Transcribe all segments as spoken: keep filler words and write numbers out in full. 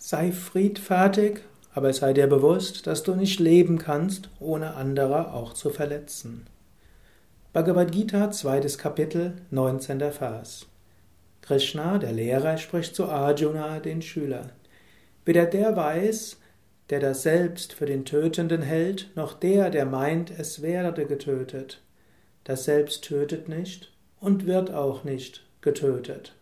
Sei friedfertig, aber sei dir bewusst, dass du nicht leben kannst, ohne andere auch zu verletzen. Bhagavad Gita, zweites Kapitel, neunzehnter Vers. Krishna, der Lehrer, spricht zu Arjuna, den Schüler. Weder der weiß, der das Selbst für den Tötenden hält, noch der, der meint, es werde getötet. Das Selbst tötet nicht und wird auch nicht getötet.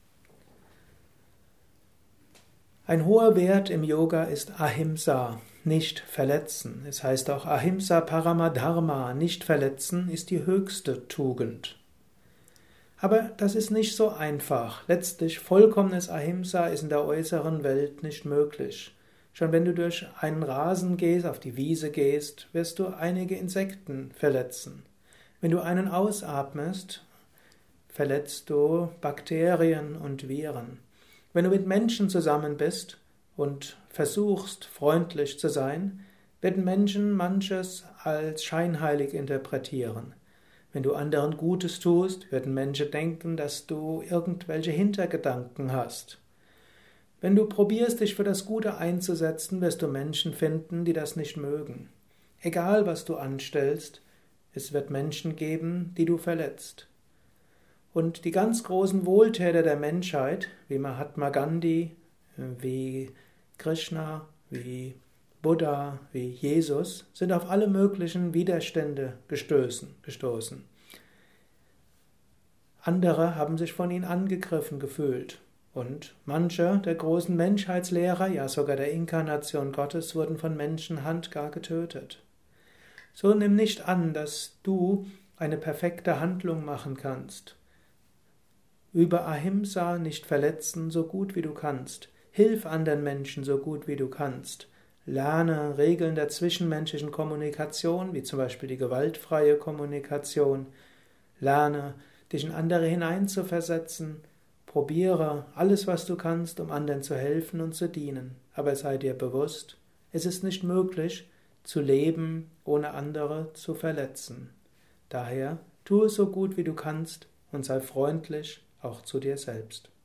Ein hoher Wert im Yoga ist Ahimsa, nicht verletzen. Es heißt auch Ahimsa Paramadharma, nicht verletzen ist die höchste Tugend. Aber das ist nicht so einfach. Letztlich vollkommenes Ahimsa ist in der äußeren Welt nicht möglich. Schon wenn du durch einen Rasen gehst, auf die Wiese gehst, wirst du einige Insekten verletzen. Wenn du einen ausatmest, verletzt du Bakterien und Viren. Wenn du mit Menschen zusammen bist und versuchst, freundlich zu sein, werden Menschen manches als scheinheilig interpretieren. Wenn du anderen Gutes tust, werden Menschen denken, dass du irgendwelche Hintergedanken hast. Wenn du probierst, dich für das Gute einzusetzen, wirst du Menschen finden, die das nicht mögen. Egal, was du anstellst, es wird Menschen geben, die du verletzt. Und die ganz großen Wohltäter der Menschheit, wie Mahatma Gandhi, wie Krishna, wie Buddha, wie Jesus, sind auf alle möglichen Widerstände gestoßen. gestoßen. Andere haben sich von ihnen angegriffen gefühlt. Und manche der großen Menschheitslehrer, ja sogar der Inkarnation Gottes, wurden von Menschenhand gar getötet. So nimm nicht an, dass du eine perfekte Handlung machen kannst. Übe Ahimsa, nicht verletzen, so gut wie du kannst. Hilf anderen Menschen so gut wie du kannst. Lerne Regeln der zwischenmenschlichen Kommunikation, wie zum Beispiel die gewaltfreie Kommunikation. Lerne, dich in andere hineinzuversetzen. Probiere alles, was du kannst, um anderen zu helfen und zu dienen. Aber sei dir bewusst, es ist nicht möglich, zu leben, ohne andere zu verletzen. Daher, tue so gut wie du kannst und sei freundlich, auch zu dir selbst.